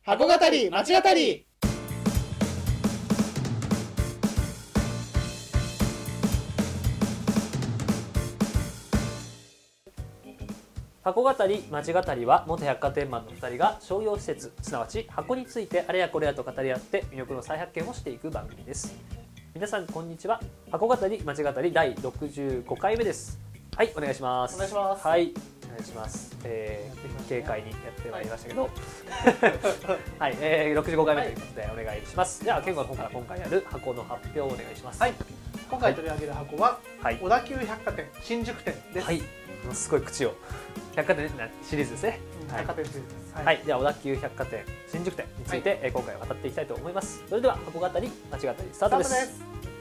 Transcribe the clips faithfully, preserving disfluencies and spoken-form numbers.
箱語り町語り。 箱語り町語りは元百貨店マンのふたりが商業施設、すなわち箱についてあれやこれやと語り合って魅力の再発見をしていく番組です。皆さんこんにちは。箱語り町語りだいろくじゅうごかいめです。はい、お願いします。 お願いします。 はい、お願いします。えー、軽快にやってまいりましたけど、はい、えー、ろくじゅうごかいめということでお願いします。じゃあ健吾の方から今回やる箱の発表をお願いします。 はい。今回取り上げる箱は、 はい、 小田急百貨店新宿店です。 はい。ものすごい口を。百貨店シリーズですね。 はい、百貨店シリーズです。 はい、はい、では小田急百貨店新宿店について、はい、今回は語っていきたいと思います。それでは箱語り町語りスタートです。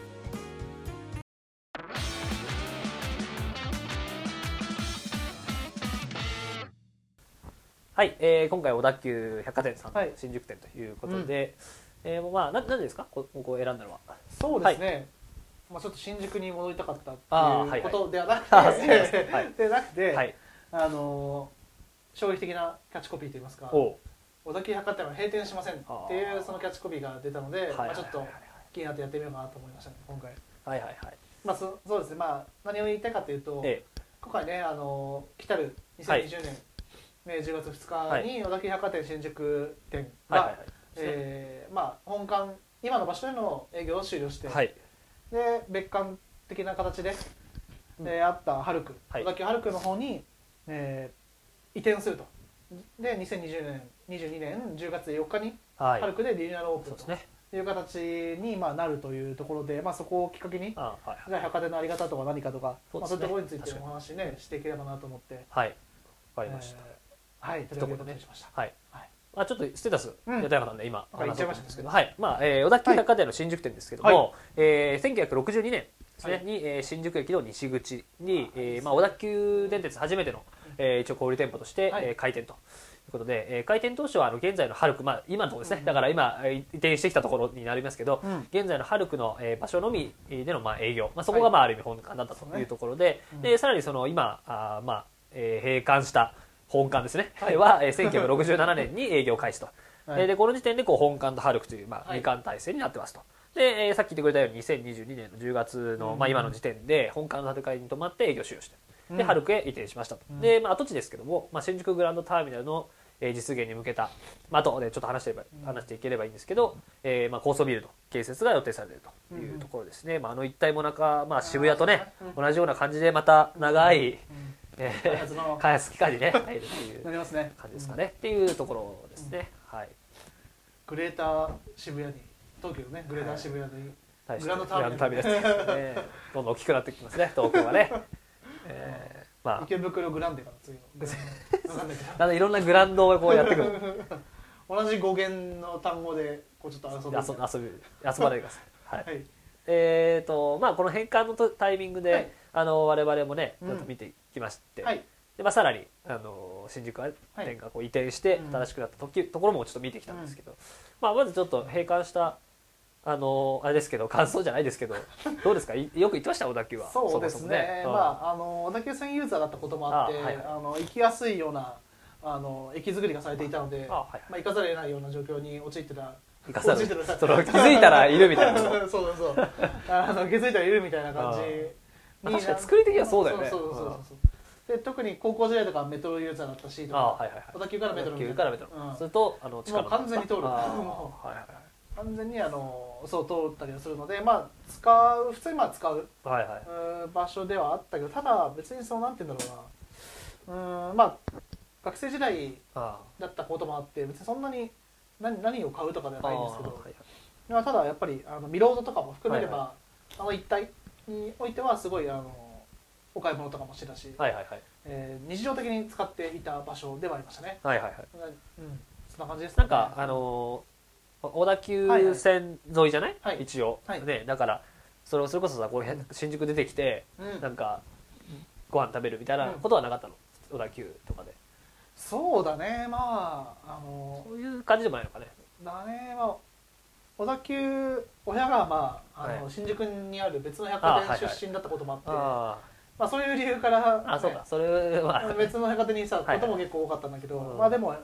はい、えー、今回小田急百貨店さんの新宿店ということで、はい、うん、えー、まあななんでですかここを選んだのは。 そうですね。はい、まあちょっと新宿に戻りたかったっていうことではなくて、はいはい、でなくて、はい、あのー、衝撃的なキャッチコピーといいますか、小田急百貨店は閉店しませんっていうそのキャッチコピーが出たので、まあちょっと気になってやってみようかなと思いましたね今回。はいはいはい。まあそそうですね。まあ何を言いたいかというと、ええ、今回ねあのー、来たるにせんにじゅうねん、はいじゅうがつふつかに小田急百貨店新宿店が本館今の場所での営業を終了して、はい、で別館的な形で、うん、えー、あったハルク、はい、小田急ハルクの方に、えー、移転すると。でにせんにじゅうねんにじゅうにねんじゅうがつよっかに、はい、ハルクでリニューアルオープンという形に、まあ、なるというところで、まあ、そこをきっかけに、あ、はいはい、じゃあ百貨店のあり方とか何かとかそう、ね、まあ、そういったところについてお話、ね、していければなと思って。はい、わかりました。えーはい、ということで、ね、はい、はい、まあちょっとステータスやりたいかったんで、うん、今話そうと思うんですけど、はい、まあ、えー、小田急百貨店の新宿店ですけども、はい、えー、せんきゅうひゃくろくじゅうにねんですね、はい、に、えー、新宿駅の西口に、えー、まあ小田急電鉄初めての、えー、一応小売店舗として、はい、えー、開店ということで、えー、開店当初はあの現在のハルク、まあ今のところですね、うん、だから今移転してきたところになりますけど、うん、現在のハルクの、えー、場所のみでのまあ営業、まあそこがまあある意味本館だったというところで、はい、で、うん、さらにその今あまあ、えー、閉館した本館ですね、はい、はせんきゅうひゃくろくじゅうななねんに営業開始と、はい、でこの時点でこう本館とハルクという、まあ、に館体制になってますと。で、えー、さっき言ってくれたようににせんにじゅうにねんのじゅうがつの、まあ、今の時点で本館の建て替えに泊まって営業終了して、で、うん、ハルクへ移転しましたと。で、まあ、跡地ですけども、まあ、新宿グランドターミナルの実現に向けた、まあ、あとでちょっと話していけば、話していければいいんですけど、えーまあ、高層ビルの建設が予定されているというところですね。まあ、あの一帯もなんか、まあ、渋谷とね同じような感じでまた長い、えー、開発の開発期間にね入るっていう感じですかね、っていうところですね。はい、 グレーター渋谷に東京のねグレーター渋谷に、 はい、グランドターミナルですね。どんどん大きくなってきますね東京はね。 えーまあ、池袋グランデかな次のなんでいろんなグランドをこうやってくる同じ語源の単語でこうちょっと遊ぶ遊び遊ばれてください。はい、はい、えーとまあ、この返還のタイミングで、はい、あの我々もねちょっと見てきまして、うん、はい、でまあ、さらにあの新宿店がこう移転して新しくなった時、はい、ところもちょっと見てきたんですけど、うん、まあ、まずちょっと閉館したあのあれですけど感想じゃないですけどどうですか。よく行ってました小田急は。 そうですね、そもそもね、まあ、あの小田急線ユーザーだったこともあって、あ、はいはい、あの行きやすいようなあの駅作りがされていたので、あ、はいはい、まあ、行かざるを得ないような状況に陥ってた行かざるその気づいたらいるみたいなそうそうそうあの気づいたらいるみたいな感じに、 確かに作り的にはそうだよね。 そうそうそうそうで特に高校時代とかメトロユーザーだったしとか、はいはいはい、小田急からメトロみたいな、小田急からメトロ、うん、それとあの地下のもう完全に通るもう、はいはい、完全にあのそう通ったりはするので、まあ使う普通にまあ使う、はいはい、場所ではあったけど、ただ別にそのなんていうんだろうな、うん、まあ学生時代だったこともあって別にそんなに 何, 何を買うとかではないんですけど、はいはい、ただやっぱりあのミロードとかも含めれば、はいはい、あの一帯においてはすごいあのお買い物とかもしてたし、はいはいはい、えー、日常的に使っていた場所ではありましたね。はいはいはい、うん、そんな感じです、ね。 なんかあのー、小田急線沿いじゃない、はいはい、一応、はい、ね、だからそれそれこそさこう新宿出てきて、うん、なんかご飯食べるみたいなことはなかったの、うん、小田急とかで。 そうだね、まあ、あのそういう感じでもないのかね。 だね、まあ、小田急親が、まあ、あの、はい、新宿にある別の百貨店出身だったこともあって、あ、はいはい、あ、まあ、そういう理由から、ね、 あ、そうか、それは別の百貨店にさことも結構多かったんだけど、はい、まあでも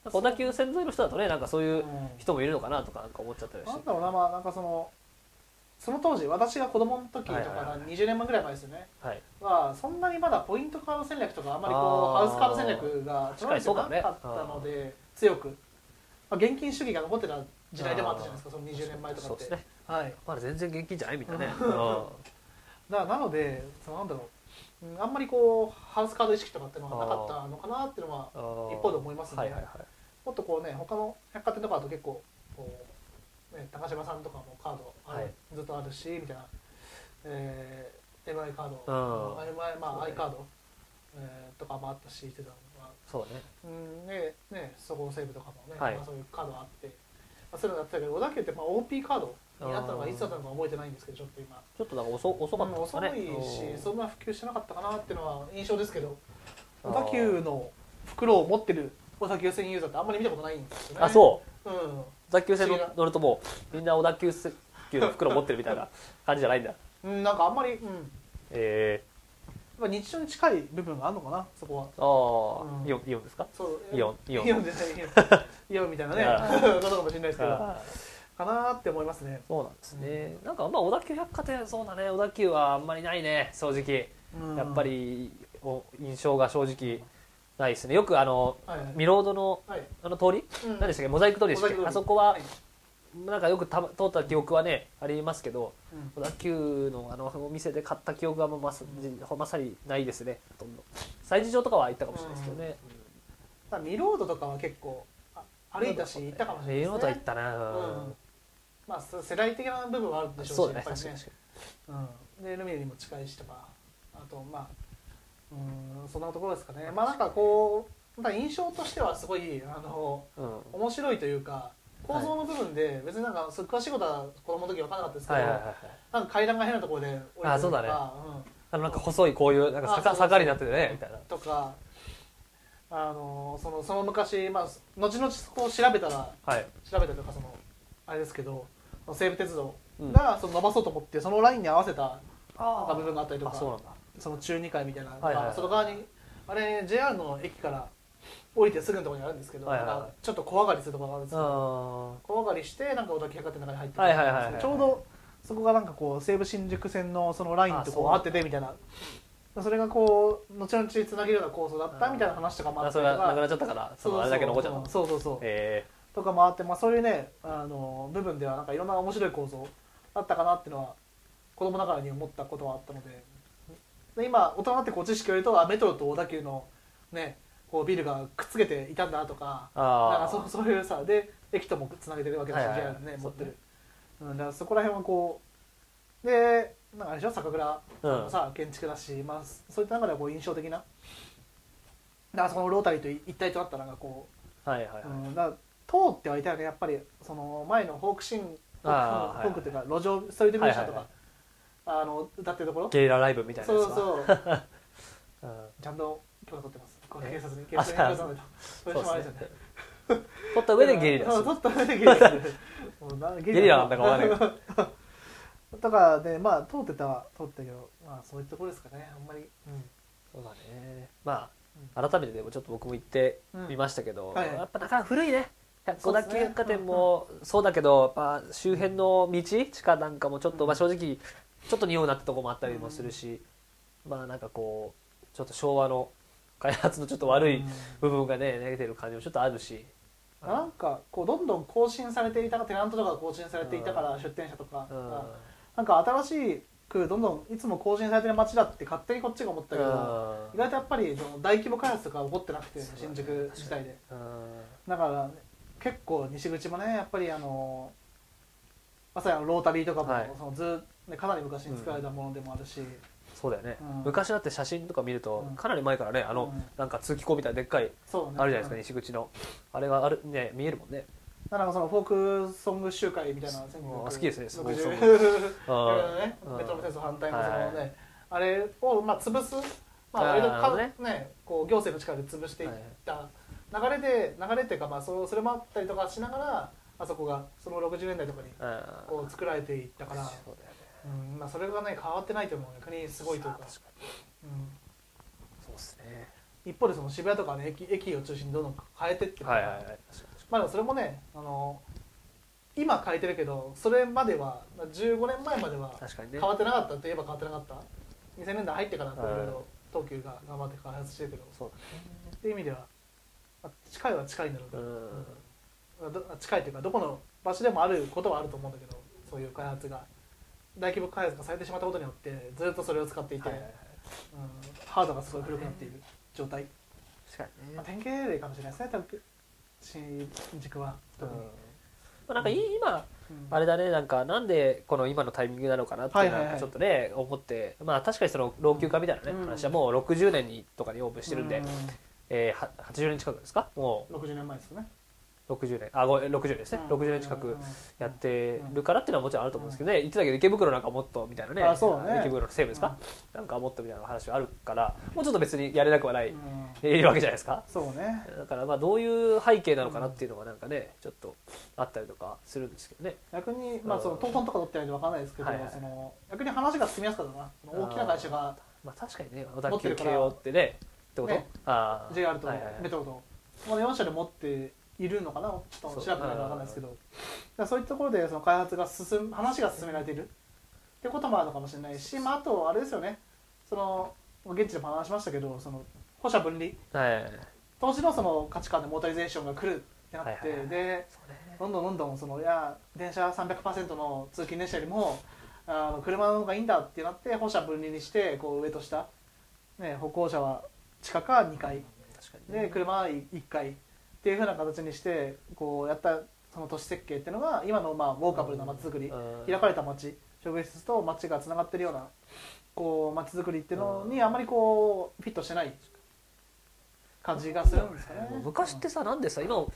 小田急線沿いの人だとねなんかそういう人もいるのかなとかなんか思っちゃったりして、 なんだろうな、まあなんかそのその当時私が子供の時とかにじゅうねんまえぐらい前ですよね、はい、はそんなにまだポイントカード戦略とかあんまりこうハウスカード戦略が取られてなかったので、ね、強く、まあ、現金主義が残ってた時代でもあったじゃないですか、そのにじゅうねんまえとかって。そうですね、はい、まだ全然現金じゃないみたいなねだなのでそのなんだろう、あんまりこうハウスカード意識とかっていうのがなかったのかなっていうのは一方で思いますね、はいはいはい、もっとこうね他の百貨店とかだと結構こうね、高島さんとかもカード、はい、ずっとあるしみたいな、えー、エムアイ カード、うん、エムアイ、まあ、ね、アイカード、えー、とかもあったししてたのがそうね、 うんねねそごう・西武とかもね、はい、まあ、そういうカードがあって、まあ、そういうのやってたけど小田急ってまあ オーピー カードになったのがいつだったのか覚えてないんですけどちょっと今ちょっとなんか遅遅かったですかね、 うん、遅いしそんな普及してなかったかなっていうのは印象ですけど小田急の袋を持ってる小田急線ユーザーってあんまり見たことないんですよね。 あそう、 うん、 小田急線乗るともうみんな小田急の袋持ってるみたいな感じじゃないんだうん、なんかあんまり、うん、 えー、日常に近い部分があるのかなそこは。 ああ、うん、イオンイオンですか。 そうイオンイオンイオンじゃないイオンみたいなねことかもしれないですけどかなって思いますね。 そうなんですね、うん、なんかまあ小田急百貨店そうだね、小田急はあんまりないね正直、うん、やっぱり印象が正直ないですね。よくあの、はいはい、ミロードの、はい、あの通り、うん、何でしたっけ、モザイク通りでしたっけ、あそこは、はい、なんかよくた通った記憶はねありますけど、小田急のあのお店で買った記憶はもうまさ、うん、まさにないですね。ほとんど催事場とかは行ったかもしれないですけどね、 うんうん、ミロードとかは結構歩いたし行ったかもしれないですね。 ミロードは行ったな、うん、 まあ世代的な部分はあるでしょうし、そうだね、やっぱりね、うん、でルミネにも近いしとか、あとまあうんそんなところですかね。まあなんかこう印象としてはすごいあの、うん、面白いというか構造の部分で別になんか詳しいことは子供の時分からなかったですけど、はいはいはいはい、なんか階段が変なところで降りてるとか、あそうだね、うん、 あのなんか細いこういうなんか坂坂になっててねみたいなとか、あのそのその昔まあ後々こう調べたら、はい、調べたとかそのあれですけど西武鉄道がその伸ばそうと思って、うん、そのラインに合わせた部分があったりとか、あそうなんだ、その中にかいみたいなのが、はいはいはい、外側にあれ ジェイアール の駅から降りてすぐのところにあるんですけど、はいはいはい、なんかちょっと小上がりするところがあるんですけど、小上がりしてなんか小田急百貨店の中に入ってくるんですけど、はいはいはいはい、ちょうどそこがなんかこう西武新宿線のそのラインとこう合っててみたいな、それがこう後々つなげるような構想だったみたいな話とかもあったりとか、それがなくなっちゃったからそのあれだけ残っちゃった、そうそうそう、えー、とかもあって、まあ、そういうねあの部分ではなんかいろんな面白い構造あったかなっていうのは子供ながらに思ったことはあったので、で今大人になってこう知識を得るとメトロと小田急のねこうビルがくっつけていたんだとか、なんか そ, そういうさで駅ともつなげてるわけだし、はいはいはい、ね、持ってる、うん、だからそこら辺はこうでなんかあれでしょ酒蔵のさ、うん、建築だし、まあ、そういった中ではこう印象的な、だからそのロータリーと一体となったのがこう、はいはいはい、うん、だから通ってはいたよねやっぱりその前のフォークシーンフォークっていうか路上ストリートミュージシャンとか、はいはいはい、あの歌ってるところゲリラライブみたいなやつはそうそう、うん、ちゃんと許可取ってます。警察に警察に許可取らないとそういう人もあるじゃない取った上でゲリラ取った上でゲリラゲリラなんだかわかんないとかでまあ通ってたは通ってたけど、まあそういうところですかねあんまり、うん、 そうだね。まあ改めてでもちょっと僕も行ってみましたけど、うんはい、やっぱなかなか古いね。小田急百貨店もそうだけど、やっぱ周辺の道地下なんかもちょっと、まあ正直ちょっと匂うなってとこもあったりもするし、うん、まあなんかこうちょっと昭和の開発のちょっと悪い部分がね出てる感じもちょっとあるし、 なんかこうどんどん更新されていたテナントとか更新されていたから出店者とか、うん、なんか新しくどんどんいつも更新されてる街だって勝手にこっちが思ったけど、意外とやっぱりその大規模開発とか起こってなくて、新宿自体で、だから、ね、結構西口もねやっぱりあのまさにロータリーとかも、はい、そのずっとかなり昔に作られたものでもあるし、うん、 そうだよね、うん、昔だって写真とか見ると、うん、かなり前からねあの、うん、なんか通気口みたいなでっかい、ね、あるじゃないですか、西口のあれがあるね見えるもんね。 なんかそのフォークソング集会みたいな好きですねフォークソングねメトロ戦争反対のそのね、はい、あれをまあ潰す、まあ割とかね、ねこう行政の力で潰していった流れで流れっていうかまあそれもあったりとかしながらあそこがそのろくじゅうねんだいとかにこう作られていったから、そうだよね、うん、まあそれがね変わってないと思うね。国すごいというか、確かに、うん、 そうですね。 一方でその渋谷とかね 駅, 駅を中心にどんどん変えてってるから、はいはいはい、まあそれもねあの今変えてるけどそれまではじゅうごねんまえまでは変わってなかったといえば変わってなかった。にせんねんだい入ってからいろいろ東急が頑張って開発してるけど、そうだね、っていう意味では、まあ、近いは近いんだろうけど、うん、近いというかどこの場所でもあることはあると思うんだけど、そういう開発が大規模開発がされてしまったことによってずっとそれを使っていて、はいはいはい、うん、ハードがすごい古くなっている状態。確かにね、まあ、典型例かもしれないですね、多分新宿は特に、うん、まあ、 なんか今、うん、あれだね、なんかなんでこの今のタイミングなのかなっていうのはちょっとね、はいはいはい、思って、まあ確かにその老朽化みたいなね、うん、話はもうろくじゅうねんにとかにオープンしてるんで、うん、えー、はちじゅうねん近くですか、もうろくじゅうねんまえですよね。 ろくじゅうねん、あ、ごろくじゅうねんですね、うん、ろくじゅうねん近くやってるからっていうのはもちろんあると思うんですけどね、言ってたけど池袋なんかもっとみたいなね、あ、そうね、池袋の西部ですか、うん、なんかもっとみたいな話はあるからもうちょっと別にやれなくはない、うん、いるわけじゃないですか。そうね、だからまあどういう背景なのかなっていうのがなんかねちょっとあったりとかするんですけどね。 逆にまあその東本とか取ってないんで分からないですけど、はいはい、その逆に話が進みやすかったな、大きな会社がまあ確かにね小田急慶応ってねってこと、ね、あジェイアール とメトロと、はいはい、よん社で持っているのかな、ちょっと調べてないかわかんないですけど、そう, そういったところでその開発が進む、話が進められているってこともあるのかもしれないし、まあ、あとあれですよね、その現地でも話しましたけど、その歩者分離、はい、当時のその価値観でモータリゼーションが来るってなって、はいはいはい、でどんどんどんどんそのいや電車 さんびゃくパーセント の通勤電車よりもあの車の方がいいんだってなって歩車分離にしてこう上と下、ね、歩行者は地下かにかい、確かにね、で車はいっかいっていう風な形にしてこうやったその都市設計っていうのが今のまあウォーカブルな街づくり、うん、開かれた街、職員室と街がつながってるようなこう街づくりっていうのにあまりこうフィットしてない感じがするんですかね。 昔ってさ、なんでさ 今,、うん、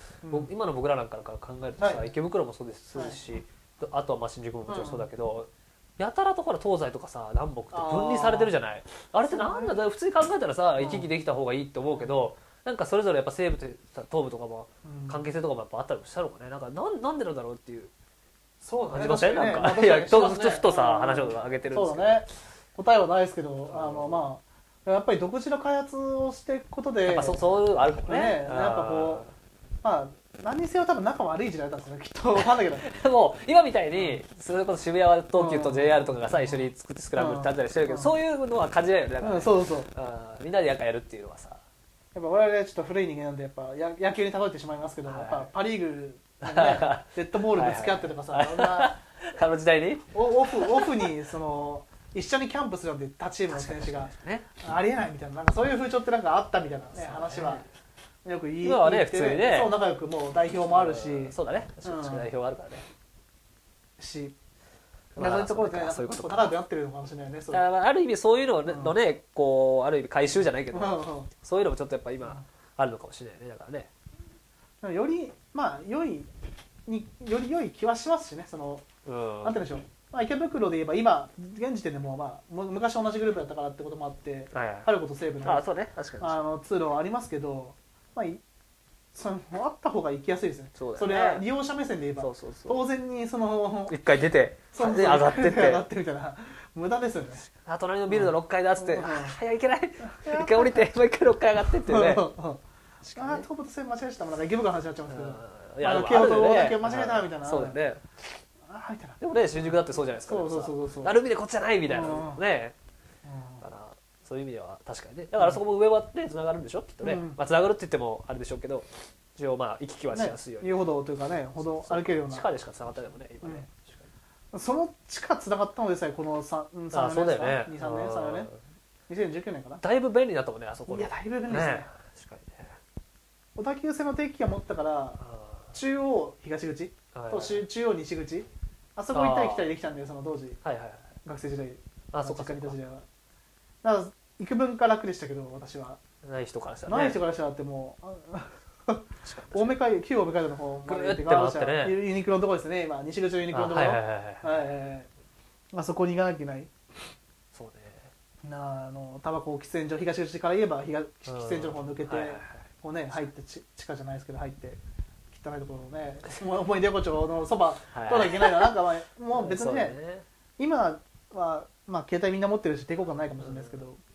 今の僕らなんかから考えるとさ、はい、池袋もそうですし、はい、あとはまあ新宿ももちろんそうだけど、うん、やたらとほら東西とかさ南北って分離されてるじゃない。 あ, あれってなんだ、ね、普通に考えたらさ行き来できた方がいいって思うけど、なんかそれぞれやっぱ西部と東部とかも関係性とかもやっぱあったりしたのかね。なんか な, なんでなんだろうっていう感じません？なんか、ね、いやふとふとさ話を上げてるんですけど、そうだね、 答えはないですけど、あのまあやっぱり独自の開発をしていくことでやっぱ そ, そういうあるかもね。ね、 やっぱこうまあ何にせよ多分仲悪い時代だったんですよね、きっと。分かんないけどでも今みたいにそれこそ渋谷は東急と ジェイアール とかがさ一緒に作ってスクランブルってあったりしてるけど、うん、そういうのは感じないよね。だからね、うん、そうそう、みんなでなんかやるっていうのはさ、 やっぱ我々ちょっと古い人間なんでやっぱ野球に例えてしまいますけど、はい、やっぱパ・リーグのねデッドボールぶつけ合ってとかさ、そんなあの時代にオフオフにその一緒にキャンプするので他チームの選手がありえないみたいな、なんかそういう風潮ってなんかあったみたいな、ね、話はよく言い、 今はね普通にね、 そう仲良くもう代表もあるし、うん、 そうだね、確かに代表があるからね、 し、まあ、そういうところで、ね、そういうこと仲良くなってるのかもしれないね。そうある意味そういうののね、うん、こうある意味回収じゃないけど、うんうん、そういうのもちょっとやっぱ今あるのかもしれないね。だからね、よりまあ良いにより良い気はしますしね、その、うん、なんて言うんでしょう、まあ、池袋で言えば今現時点でも、まあ、昔同じグループだったからってこともあって、はいはい、春子と西武の、 あ、そうね、確かに、 あの通路はありますけど、まあ、そのあった方が行きやすいですね。そうだよね、それは利用者目線で言えば、そうそうそう、当然にその一回出てそうそう、上がってって上がってみたいな、無駄ですよね。 あ、隣のビルのろっかいだっつって、うん、ああいけない一回降りてもう一回ろっかい上がってっていうねあ、 東武と西武間違えちゃったもん、なんか池袋の話になっちゃいますけど、いや慶応と大竹間違えたみたいな、 そうだよね。 あみたいな。 でもね、新宿だってそうじゃないですか。そうそうそうそう、ある意味でこっちじゃないみたいなね。だからそういう意味では確かにね。だからそこも上はねつながるんでしょ、きっとね。まあつながるって言ってもあれでしょうけど、一応まあ行き来はしやすいように。 遊歩道というかね、歩道歩けるような。 地下でしかつながったでもね、今ね。 その地下つながったのでさえこのさん、さんねんですか、に、さんねん、さんよねん、にせんじゅうきゅうねんかな。 だいぶ便利になったもんね、あそこ。 いやだいぶ便利ですね。確かにね。小田急線の定期券持ったから中央東口と中央西口、あそこ行ったり来たりできたんで、その当時、はいはいはい、学生時代、あそこ実家にいた時代は。だから幾分か楽でしたけど、私は。 ない人からしたらね。ない人からしたらってもう青梅街、旧青梅街道の方まで行ってガーッてね、ユニクロのところですね、今西口のユニクロのところ、はいはいはいはい、あそこに行かなきゃいけない。そうね。なあのタバコ喫煙所、東口から言えば東喫煙所の方抜けて、こうね入って地下じゃないですけど入って。汚いところをね、思い出横丁のそば通らなきゃいけないのはなんか、まあ、もう別にね、ね、今は、まあ、携帯みんな持ってるし抵抗感ないかもしれないですけど、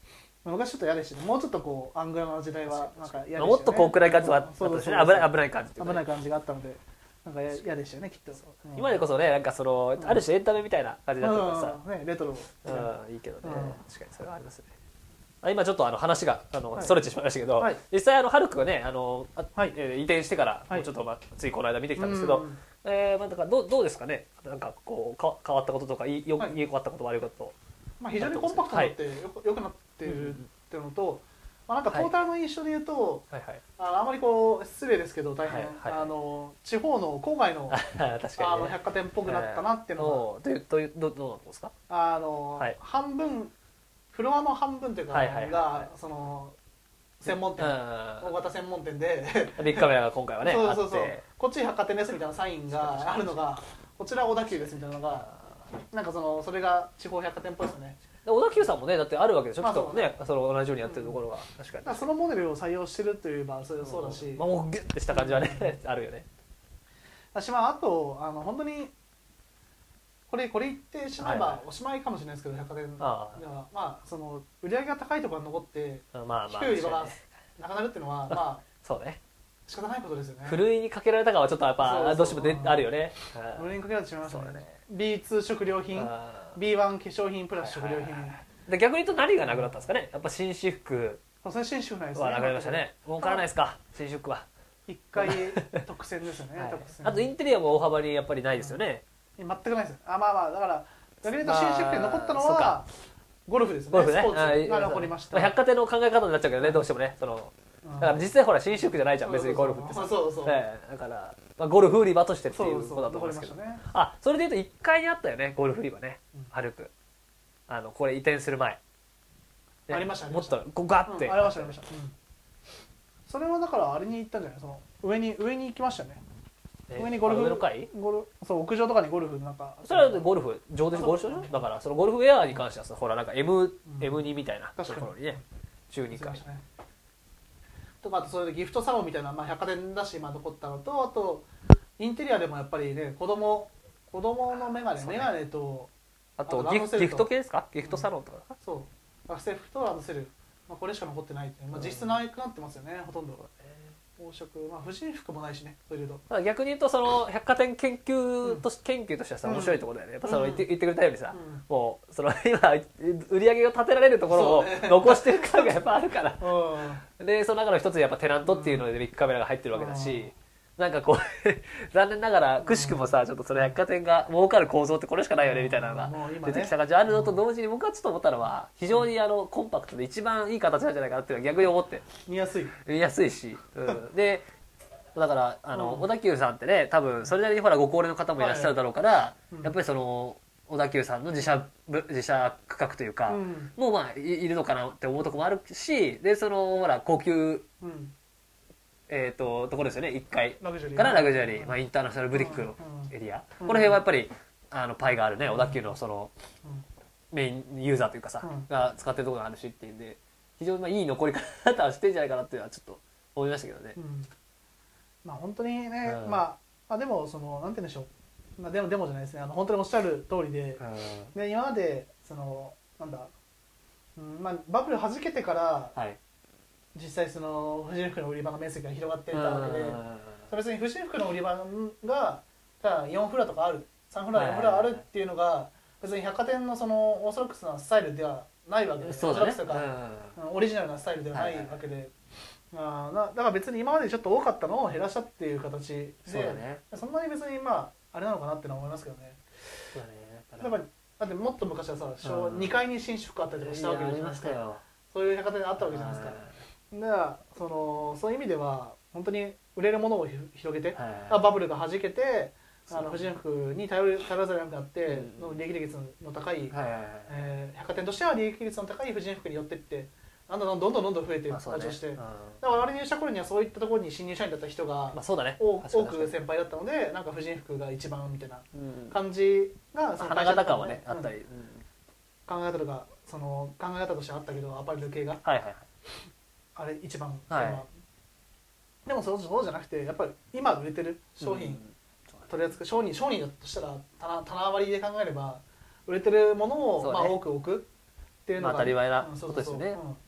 昔ちょっと嫌でしたね。もうちょっとこうアングラの時代はなんか嫌でしたね。 もっとこう暗い感じはあったしね、危ない危ない感じ危ない感じがあったので、なんか嫌でしたよね、きっと。 今でこそね、なんかそのある種エンタメみたいな感じだったからさ、 ね、レトロ、 うん、いいけどね。確かにそれはありますね。今ちょっとあの話があのそれてしまいましたけど、実際あのハルクがね、あの移転してからちょっとまあついこの間見てきたんですけど、えー、まあだからどうどうですかね。なんかこうか変わったこととかいいよ良かったこと悪いこと。 まあ非常にコンパクトになってよよくなってるっていうのと、まあなんかトータルの印象で言うと、はいはい、あのあまりこう失礼ですけど大変、はいはい、あの地方の郊外の確かに、ね、あの百貨店っぽくなったなっていうのが、 どうどうどどうなんですか。 あの、はい、半分フロアの半分というかがその専門店、大型専門店でビッグカメラが今回はねそうそうそう、こっち百貨店ですみたいなサインがあるのが、こちら小田急ですみたいなのが、なんかそのそれが地方百貨店っぽいですよね。 小田急さんもねだってあるわけでしょ、きっとね、その同じようにやってるところが、確かにそのモデルを採用してるといえばそうだし、 まあもうギュッてした感じはねあるよね。 私まああとあの本当にこれこれ言ってしまえばおしまいかもしれないですけど、百貨店ではまあその売り上げが高いところが残って低い売り場がなくなるっていうのはまあそうね、仕方ないことですよね。 ふるいにかけられたかはちょっとやっぱどうしてもあるよね。 ふるいにかけられてしまいましたね。ビーツー 食料品、ビーワン 化粧品プラス食料品で、逆に言うと何がなくなったんですかね。やっぱ紳士服はなくなりましたね。儲からないですか、紳士服は。 一回特選ですよね。 あとインテリアも大幅にやっぱりないですよね。 全くないです。あ、まあまあだから逆に言うと紳士服で残ったのはゴルフですね。ゴルフね。スポーツが残りました。 百貨店の考え方になっちゃうけどね、どうしてもね。そのだから実際ほら紳士服じゃないじゃん、別にゴルフってさ。そうそう。だからまあゴルフ売り場としてっていうことだと思いますけど。あ、それで言うといっかいにあったよね、ゴルフ売り場ね。歩く。あのこれ移転する前。 ありましたね。 もっとこうガッて。 ありましたありました。それはだからあれに行ったんじゃない、その上に上に行きましたね。上にゴルフ、ゴルそう屋上とかにゴルフなんか。 それはゴルフ上ですゴルフ場だからそのゴルフウェアに関してはさ、ほらなんか M M にみたいなところにね、じゅうにかい。 とかあとそれでギフトサロンみたいなまあ百貨店だし今残ったのと、あとインテリアでもやっぱりね子供子供のメガネメガネとあとギフト系ですか、ギフトサロンとか。 そう学生服とランドセル、まあこれしか残ってないっていう、まあ実質なくなってますよねほとんど。宝飾、まあ婦人服もないしね、それで言うと。 逆に言うとその百貨店研究とし、研究としてはさ面白いところだよね。やっぱその言って言ってくれたようにさ、もうその今売り上げを立てられるところを残してる感がやっぱあるから。でその中の一つやっぱテナントっていうのでビッグカメラが入ってるわけだし、なんかこう残念ながらくしくもさちょっとその百貨店が儲かる構造ってこれしかないよねみたいなのが出てきた感じあるのと同時に、僕はちょっと思ったのは非常にあのコンパクトで一番いい形なんじゃないかなっていうのは逆に思って、 見やすい見やすいし、うん、でだからあの、うん、小田急さんってね多分それなりにほらご高齢の方もいらっしゃるだろうから、はいうん、やっぱりその小田急さんの自社自社区画というか、うん、もうまあ い, いるのかなって思うところもあるし、でそのほら高級、うんえー、とところですよね、いっかいからラグジュアリー、まあ、インターナショナルブティックのエリア、うん、この辺はやっぱりあのパイがあるね、小田急のそのメインユーザーというかさ、うん、が使ってるところがあるしっていうんで、非常にまあいい残り方はしてんじゃないかなっていうのはちょっと思いましたけどね。うん、 まあ本当にね、うん、まあ、まあでもそのなんて言うんでしょう、まあ、でもでもじゃないですね、あの本当におっしゃる通りで、うん、で今までそのなんだ、うんまあ、バブル弾けてから、はい、実際その婦人服の売り場の面積が広がっていたわけで、それ別に婦人服の売り場がただよんフロアとかある、さんフロアよんフロアあるっていうのが別に百貨店のそのオーソドックスなスタイルではないわけで、そうだね、オーソドックスとかオリジナルなスタイルではないわけで、あだから別に今までちょっと多かったのを減らしたっていう形で、そうだね、そんなに別にまああれなのかなってのは思いますけどね。そうだね、やっぱりだってもっと昔はさ、にかいに紳士服あったりとかしたわけじゃないですか。そういう百貨店あったわけじゃないですか。だからそのそういう意味では本当に売れるものを広げて、バブルが弾けて、あの婦人服に頼る頼らざるを得なくなって、うん、利益率の高い、えー、百貨店としては利益率の高い婦人服に寄っていって、どんどんどんどんどんどん増えていく形として、だから我々入社頃にはそういったところに新入社員だった人が、まあそうだね、多く先輩だったので、なんか婦人服が一番みたいな感じが、その花形感はねあったり、うん、 考え方とかその考え方としてあったけど、アパレル系が、はいはいはい、あれ一番、はい、でもそうそうじゃなくて、やっぱり今売れてる商品、うん、取り扱い商品商品だとしたら棚棚割りで考えれば売れてるものを、まあ、多く置くっていうのが、 まあ、当たり前なことですよね。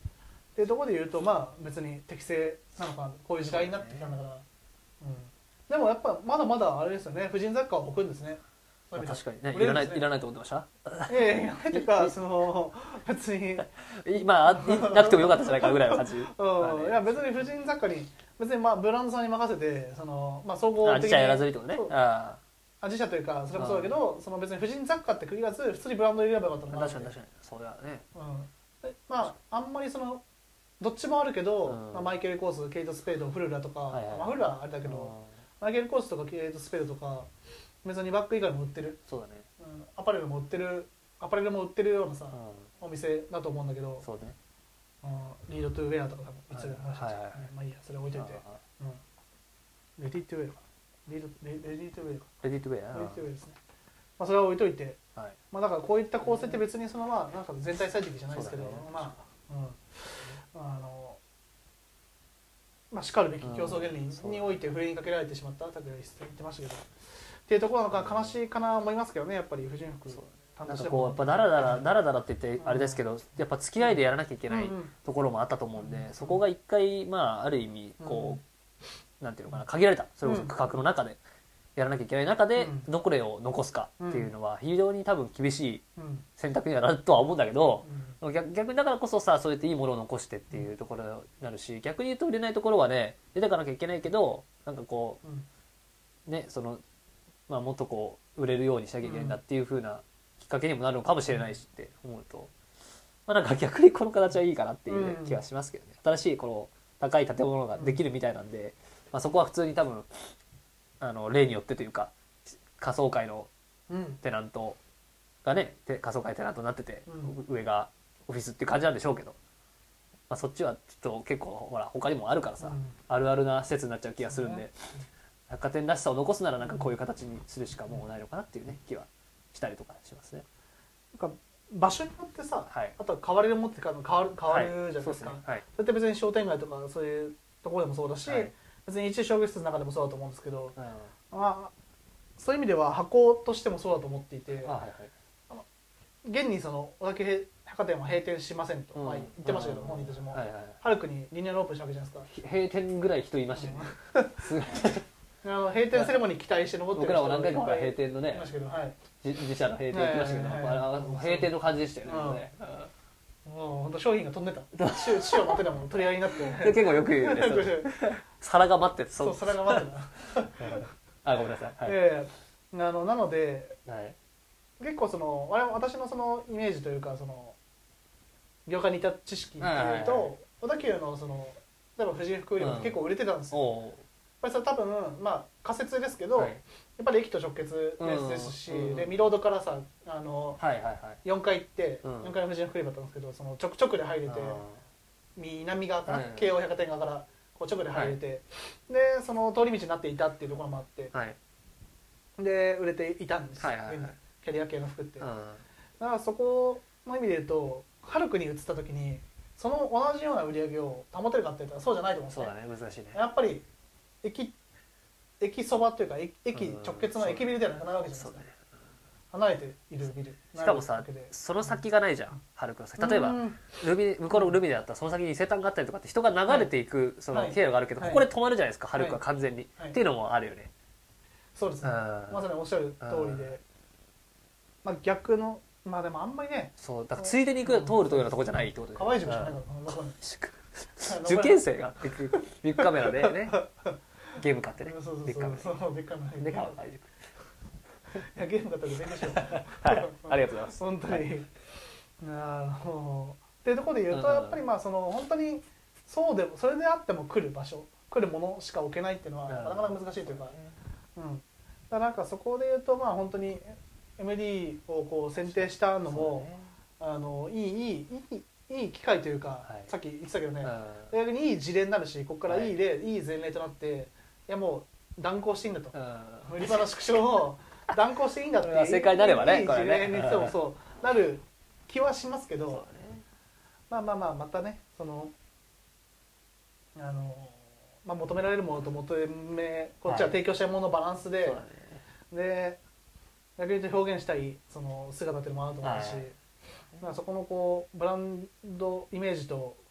っていうところで言うとまあ別に適正なのかな、こういう時代になってきたんだから、ねうん、でもやっぱまだまだあれですよね、婦人雑貨を置くんですね。 まあ、確かにね、いらないいらないと思ってました。 いやいやいらないというかその別にまあなくてもよかったじゃないかぐらいの感じ。 うん、いや別に婦人雑貨に別にまあブランドさんに任せてそのまあ総合的に自社やらずにってことね。ああ自社というかそれもそうだけど、その別に婦人雑貨って限らず普通にブランド入れればよかったのかな。 確かに確かにそうだね。 うん、まああんまりそのどっちもあるけど、うんまあ、マイケル・コース、ケイト・スペード、フルラとか、はいはいまあ、フルラはあれだけど、マイケル・コースとかケイト・スペードとか別にバッグ以外も売ってる。 そうだね。 うん、アパレルも売ってるアパレルも売ってるようなさ、うん、お店だと思うんだけど、 そうね、 うん、リードトゥウェアとかも売ってる話だし、まあいいやそれ置いといて、うん、レディトゥウェアかリードレレディトゥウェアかレディトゥウェアレディトゥウェアですね。まあそれは置いといて、はい、まあだからこういった構成って別にそのまあなんか全体最適じゃないですけど、ね、まあうんあのまあしかるべき競争原理においてふるいにかけられてしまったと言ってましたけど。っていうところなのか悲しいかな思いますけどね、やっぱり婦人服なんかこうやっぱダラダラダラダラって言ってあれですけど、やっぱ付き合いでやらなきゃいけないところもあったと思うんで、そこが一回まあある意味こうなんていうのかな、限られたそれこそ区画の中でやらなきゃいけない中でどれを残すかっていうのは非常に多分厳しい選択にはなるとは思うんだけど、逆にだからこそさそうやっていいものを残してっていうところになるし、逆に言うと売れないところはね出てかなきゃいけないけど、なんかこうねそのまあ、もっとこう売れるようにしなきゃいけないんだっていう風なきっかけにもなるのかもしれないしって思うと、まあ、なんか逆にこの形はいいかなっていう気がしますけどね。新しいこの高い建物ができるみたいなんで、まあ、そこは普通に多分あの例によってというか仮想会のテナントがね仮想会テナントになってて上がオフィスっていう感じなんでしょうけど、まあ、そっちはちょっと結構ほら他にもあるからさあるあるな施設になっちゃう気がするんで。百貨店らしさを残すならなんかこういう形にするしかもうないのかなっていうね気はしたりとかしますね。 なんか場所によってさ、はい、あとは変われるもって変わる変わるじゃないですか。はい、それって別に商店街とかそういうところでもそうだし、はい、別に一商業施設の中でもそうだと思うんですけど、うん、まあそういう意味では箱としてもそうだと思っていて、はいはい、あの現にその小田急百貨店は閉店しませんと、うんまあ、言ってましたけど、うん、本人たちも、はいはい、ハルクにリニューアルオープンしたわけじゃないですか。 閉店ぐらい人いましたよね。 あの閉店セレモニー期待して残ってる人僕らも何回か閉店のね、 はい、 自社の閉店行きましたけど、はいはいはい、閉店の感じでしたよね。 もう本当商品が飛んでた。死を待ってたもん取り合いになって。 結構よく言うね。皿が待ってた。 そう皿が待ってた。 あごめんなさい。 はい、えー、あのなので、はい、結構その私のそのイメージというかその業界にいた知識でいうと、小田急のその例えば婦人服売り場って結構売れてたんですよ。うんやっぱりそれ多分まあ仮説ですけど、はい、やっぱり駅と直結ですし、うんうん、でミロードからさあの、はいはいはい、よんかい行って、うん、よんかいの婦人服売り場だったんですけどその直直で入れて南側かな、はい、京王百貨店側からこう直で入れて、はい、でその通り道になっていたっていうところもあって、はい、で売れていたんですよ、はいはいはい、キャリア系の服って、うん、だからそこの意味で言うとハルクに移った時にその同じような売り上げを保てるかって言ったらそうじゃないと思うんですね。 そうだね難しいね。 やっぱり駅駅そばというか駅直結の駅ビルではないわけじゃないですか、ね、離れているビルしかもさその先がないじゃんハルクの先例えばルビ向こうのルビであったらその先に伊勢丹があったりとかって人が流れていくその経路があるけど、はい、ここで止まるじゃないですか、はい、ハルクは完全に、はい、っていうのもあるよね。 そうですねまさにおっしゃる通りで、まあ、逆のまあでもあんまりねそうだからついでに行く通るというようなところじゃないってことで河合塾じゃないから受験生がビッグビッグカメラでねゲーム買ってね。 そうそうそう。ビッグカメラ。そうビッグカメラ。 で買う大丈夫。いやゲーム買ったら勉強しよう。 はい。ありがとうございます。 本当に。はい、あのっていうところで言うとやっぱりまあその本当にそうでもそれであっても来る場所来るものしか置けないっていうのはなかなか難しいというか。うん。だからなんかそこで言うとまあ本当に エムディー をこう選定したのも、ね、あのいいいいいいいい機会というか、はい、さっき言ってたけどね、逆にいい事例になるしここからいい例、はい、いい前例となっていやもう断行していいんだと売り場の縮小を断行していいんだっていう正解になればねいい事例にそうそうなる気はしますけど、ね、まあまあまあまたねそのあの、まあ、求められるものと求めこっちは提供したいもののバランスで、はい、で逆に言うと表現したいその姿っていうのもあると思うし、はいまあ、そこのこうブランドイメージと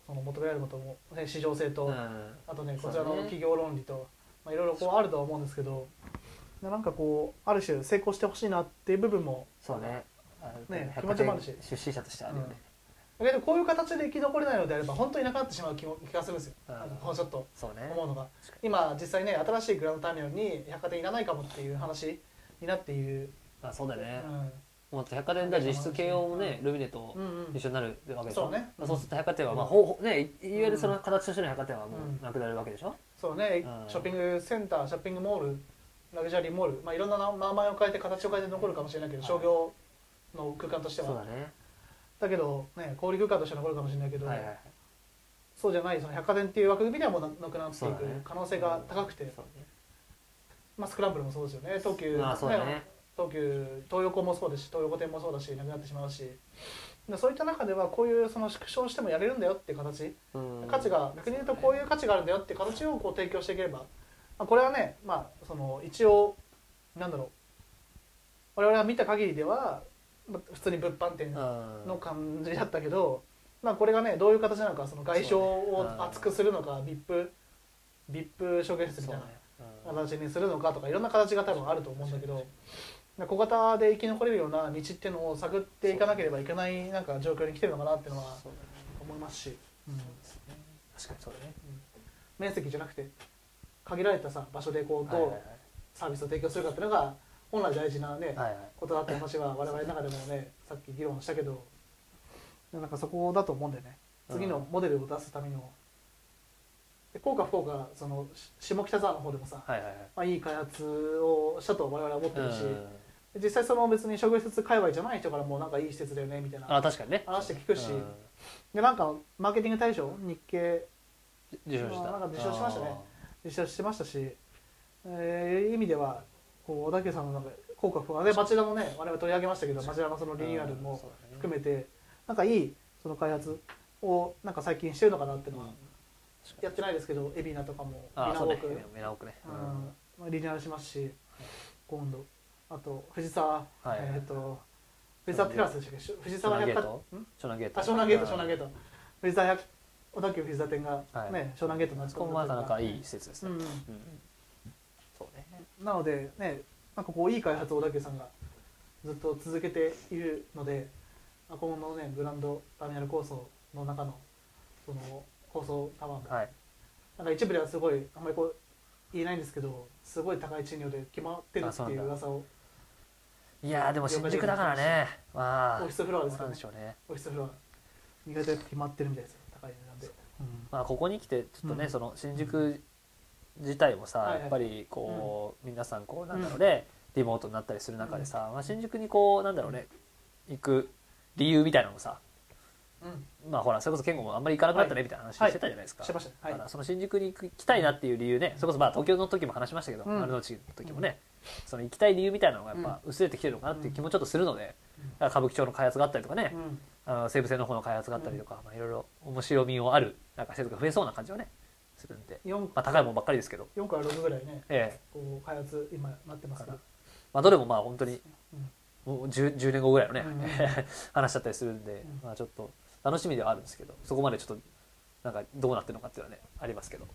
その求められることも、ね、市場性と、うん、あとねこちらの企業論理と、まあ、いろいろこうあるとは思うんですけど、なんかこうある種成功してほしいなっていう部分もそうね、 ね気持ちもあるし、 出資者としてあるよね、 うん、だけどこういう形で生き残れないのであれば本当になくなってしまう気も気がするんですよ、 うん、 もうちょっと思うのが、 ね、 今実際ね新しいグランドターミナルに百貨店いらないかもっていう話になっている。 あ、そうだね、うん、もう百貨店が実質慶応もね、うん、ルミネと一緒になるわけでしょ、 そうね、 そうすると百貨店は、まあほね、いわゆるその形としての百貨店はもうなくなるわけでしょ、うん、 そうね、うん、ショッピングセンター、ショッピングモール、ラグジュアリーモール、まあ、いろんな名前を変えて形を変えて残るかもしれないけど、はい、商業の空間としてはそうだね、 だけど、ね、小売空間として残るかもしれないけど、 はいはいはい、 そうじゃないその百貨店っていう枠組みではもうなくなっていく可能性が高くて、ね、まあ、スクランブルもそうですよね、東急、 まあそうだね、 東急東横もそうですし、東横店もそうだしなくなってしまうし、そういった中ではこういうその縮小してもやれるんだよっていう形、価値が逆に言うとこういう価値があるんだよっていう形をこう提供していければ、まあ、これはね、まあ、その一応なんだろう、我々が見た限りでは普通に物販店の感じだったけど、まあ、これがねどういう形なのか、その外商を厚くするのか、 ブイアイピー ブイアイピー 証券室みたいな形にするのかとかいろんな形が多分あると思うんだけど、小型で生き残れるような道っていうのを探っていかなければいけないなんか状況に来てるのかなっていうのは思いますし、うん、 確かにそうだね、 うん、面積じゃなくて限られたさ場所でこうどうサービスを提供するかっていうのが本来大事なね、はいはい、ことだって話は我々の中でもねさっき議論したけど、なんかそこだと思うんだよね。次のモデルを出すためにも、で効果不効果その下北沢の方でもさ、はいはいはい、まあ、いい開発をしたと我々は思ってるし、実際その別に商業施設界隈じゃない人からもなんかいい施設だよねみたいな話して聞くし、でなんかマーケティング大賞日経受賞した、 なんか受賞しましたね、受賞してましたし、えー、意味ではこう小田急さんのなんか効果不効果で町田のね我々取り上げましたけど、町田のそのリニューアルも含めてなんかいいその開発をなんか最近してるのかなっていうのは、やってないですけど、海老名とかもリナオーク、リナオークね、 うん、リニューアルしますし、今度あと藤沢、はい、えっ、ー、と藤沢テラスでしたっけ、藤沢百貨店、 湘南ゲート、 あ湘南ゲート湘南ゲート、藤沢百小田急藤沢店がね、はい、湘南ゲートになってここもなかなかいい施設ですね。うんうん、 そうね。なのでね、なんかこういい開発を小田急さんがずっと続けているので、今後のねグランドターミナル構想の中のその高層タワーも、はい、なんか一部ではすごいあんまりこう言えないんですけど、すごい高い賃料で決まってるっていう噂を。 いやーでも新宿だからね、まあオフィスフロアですからね、ね、 オフィスフロア意外と決まってるみたいですよ、高い値段で、 うん、まあここに来てちょっとね、うん、その新宿自体もさ、うん、やっぱりこう、うん、皆さんこうなんだろうね、うん、リモートになったりする中でさ、まあ、新宿にこうなんだろうね行く理由みたいなのもさ、うん、まあほらそれこそ健吾もあんまり行かなくなったねみたいな話してたじゃないですか、はいはい、してました、はい、だからその新宿に行きたいなっていう理由ね、それこそまあ東京の時も話しましたけど、うん、丸の内の時もね、その行きたい理由みたいなのがやっぱ薄れてきてるのかなっていう気もちょっとするので、だから歌舞伎町の開発があったりとかね、うん、あの西武線の方の開発があったりとか、まあ、いろいろ面白みもあるなんか施設が増えそうな感じはねするんで、まあ、高いもんばっかりですけどよんからろくぐらいね、ええ、こう開発今なってますから、 まあ、どれもまあ本当にもう 10, じゅうねんごぐらいのね、うん、話だったりするんで、まあ、ちょっと楽しみではあるんですけど、そこまでちょっとなんかどうなってるのかっていうのはねありますけど。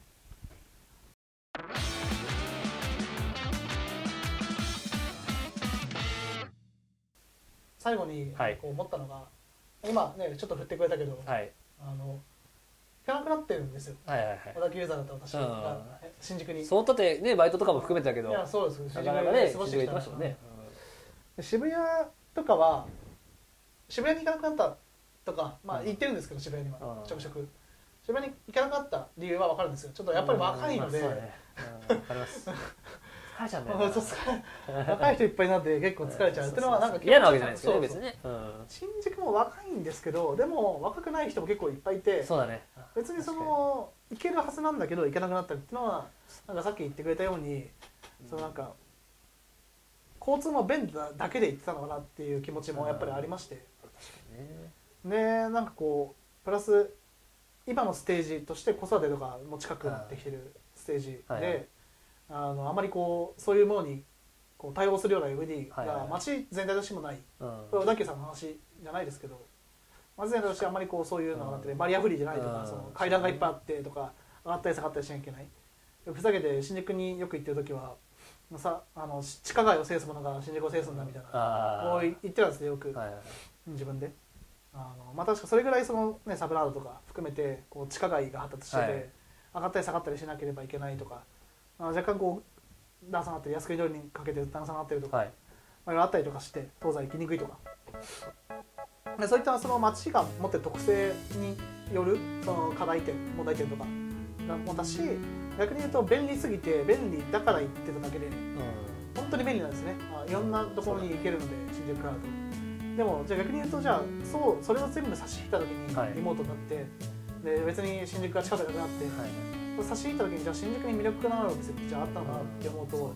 最後にこう思ったのが、はい、今ねちょっと振ってくれたけど、はい、あの行かなくなってるんですよ、はいはいはい、小田急ユーザーだった私が新宿に。 そうだってねバイトとかも含めてだけど、 いやそうです、 新宿で過ごしてきましたもんね、 うん、渋谷とかは渋谷に行かなくなったとか、まあ行ってるんですけど、渋谷にはちょくちょく渋谷に行かなかった理由は分かるんですよ。ちょっとやっぱり若いので、うん、まあ、そうね、うん、分かります。疲れちゃうんだよな。若い人いっぱいになって結構疲れちゃうっていうのはなんか嫌なわけじゃないですよね、別にね、うん、 新宿も若いんですけど、でも若くない人も結構いっぱいいて、 そうだね、 別にその行けるはずなんだけど行けなくなったりっていうのはなんかさっき言ってくれたように、うん、そのなんか交通の便だだけで行ってたのかなっていう気持ちもやっぱりありまして、うん、でなんかこうプラス今のステージとして子育てとかも近くなってきてるステージで、はいはい、あのあまりこうそういうものにこう対応するような エムディー が街全体としてもない、はいはいはい、これ小田急さんの話じゃないですけど、 まず前提としてあんまりこうそういうのがなっててバリアフリーじゃないとか、その階段がいっぱいあってとか上がったり下がったりしなきゃいけない。ふざけて新宿によく行ってる時はさ、あの地下街を制すものが新宿を制すんだみたいなこう言ってたんですよよく、はいはい、自分で。あのまあ確かそれぐらいその、ね、サブナードとか含めてこう地下街が発達してて、はい、上がったり下がったりしなければいけないとか、あ若干こう段差があったり靖国通りにかけて段差があったりとか、はい、まあ、あったりとかして東西行きにくいとか、でそういったその街が持ってる特性によるその課題点問題点とかもだし、逆に言うと便利すぎて便利だから言ってただけで、うん、本当に便利なんですね。まあ、いろんなところに行けるので新宿からだと。でもじゃあ逆に言うとじゃあそうそれを全部差し引いた時にリモートになって、はい、で別に新宿が近くなくなって、はい、差し引いた時にじゃあ新宿に魅力があるお店ってじゃああったのかなって思うと、うん、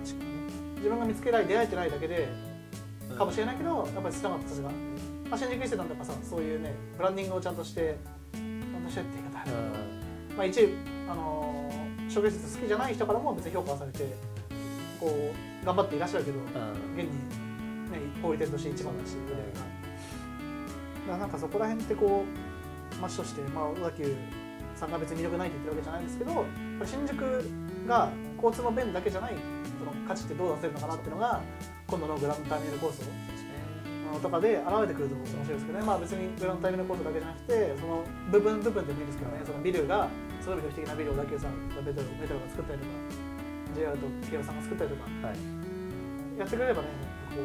自分が見つけられ出会えてないだけでかもしれないけど、やっぱり少なかったそれが、まあ、新宿伊勢丹とかさそういうねブランディングをちゃんとしてちゃんとしてって言い方ある、うん、まあ一あのー、商業施設好きじゃない人からも別に評価されてこう頑張っていらっしゃるけど、うん、現にね、小売店として一番だし、売り上げが。だからなんかそこら辺ってこう街として、まあ、小田急さんが別に魅力ないって言ってるわけじゃないんですけど、新宿が交通の便だけじゃないその価値ってどう出せるのかなっていうのが今度のグランドターミナル構想とかで現れてくると面白いですけどね。まあ別にグランドターミナル構想だけじゃなくてその部分部分でもいいですけどね、そのビルがすごい魅力的なビルを小田急さんとメトロメトロが作ったりとか ジェイアール と京王さんが作ったりとか、はい、やってくれればねこう、うん、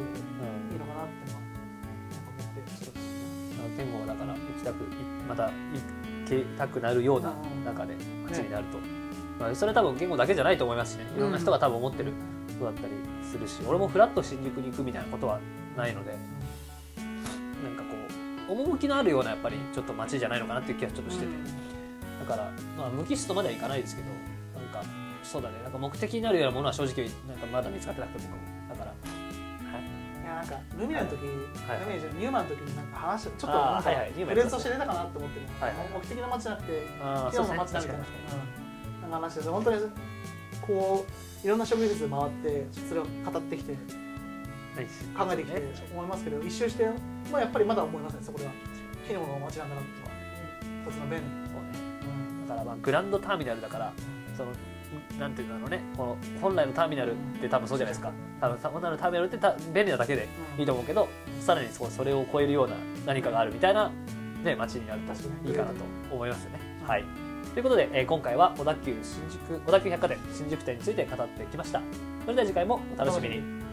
いいのかなっていうのは思って。そうですね。 天狗だから行きたくまた行きたくなるような中で街になると、ね、まあ、それは多分言語だけじゃないと思いますしね、いろんな人が多分思ってることだったりするし、うん、俺もフラッと新宿に行くみたいなことはないので、なんかこう趣のあるようなやっぱりちょっと街じゃないのかなっていう気はちょっとしてて、うん、だからまあ無機質とまではいかないですけど、なんかそうだね、なんか目的になるようなものは正直なんかまだ見つかってなくて僕もだから。 なんかルミネの時、はい、ルミネじゃニューマンの時になんか話ちょっとなんかフレンズとして出たかなと思ってる、はい、目的の街じゃなくて機能の街だみたいな、なんか話です。本当にこういろんな職業施設回ってそれを語ってきて考えてきて思いますけど、一周して、まあ、やっぱりまだ思いますね、そこでは機能の街なんだなっていうのは一つの便利、そうね、 うん、だからまあグランドターミナルだからそのなんていうんだろうね、この本来のターミナルって多分そうじゃないですか。多分本来のターミナルって便利なだけでいいと思うけど、うん、さらにそれを超えるような何かがあるみたいな、ね、街になるといいかなと思いますよね。うん、はい。ということで、えー、今回は小田急新宿小田急百貨店新宿店について語ってきました。それでは次回もお楽しみに。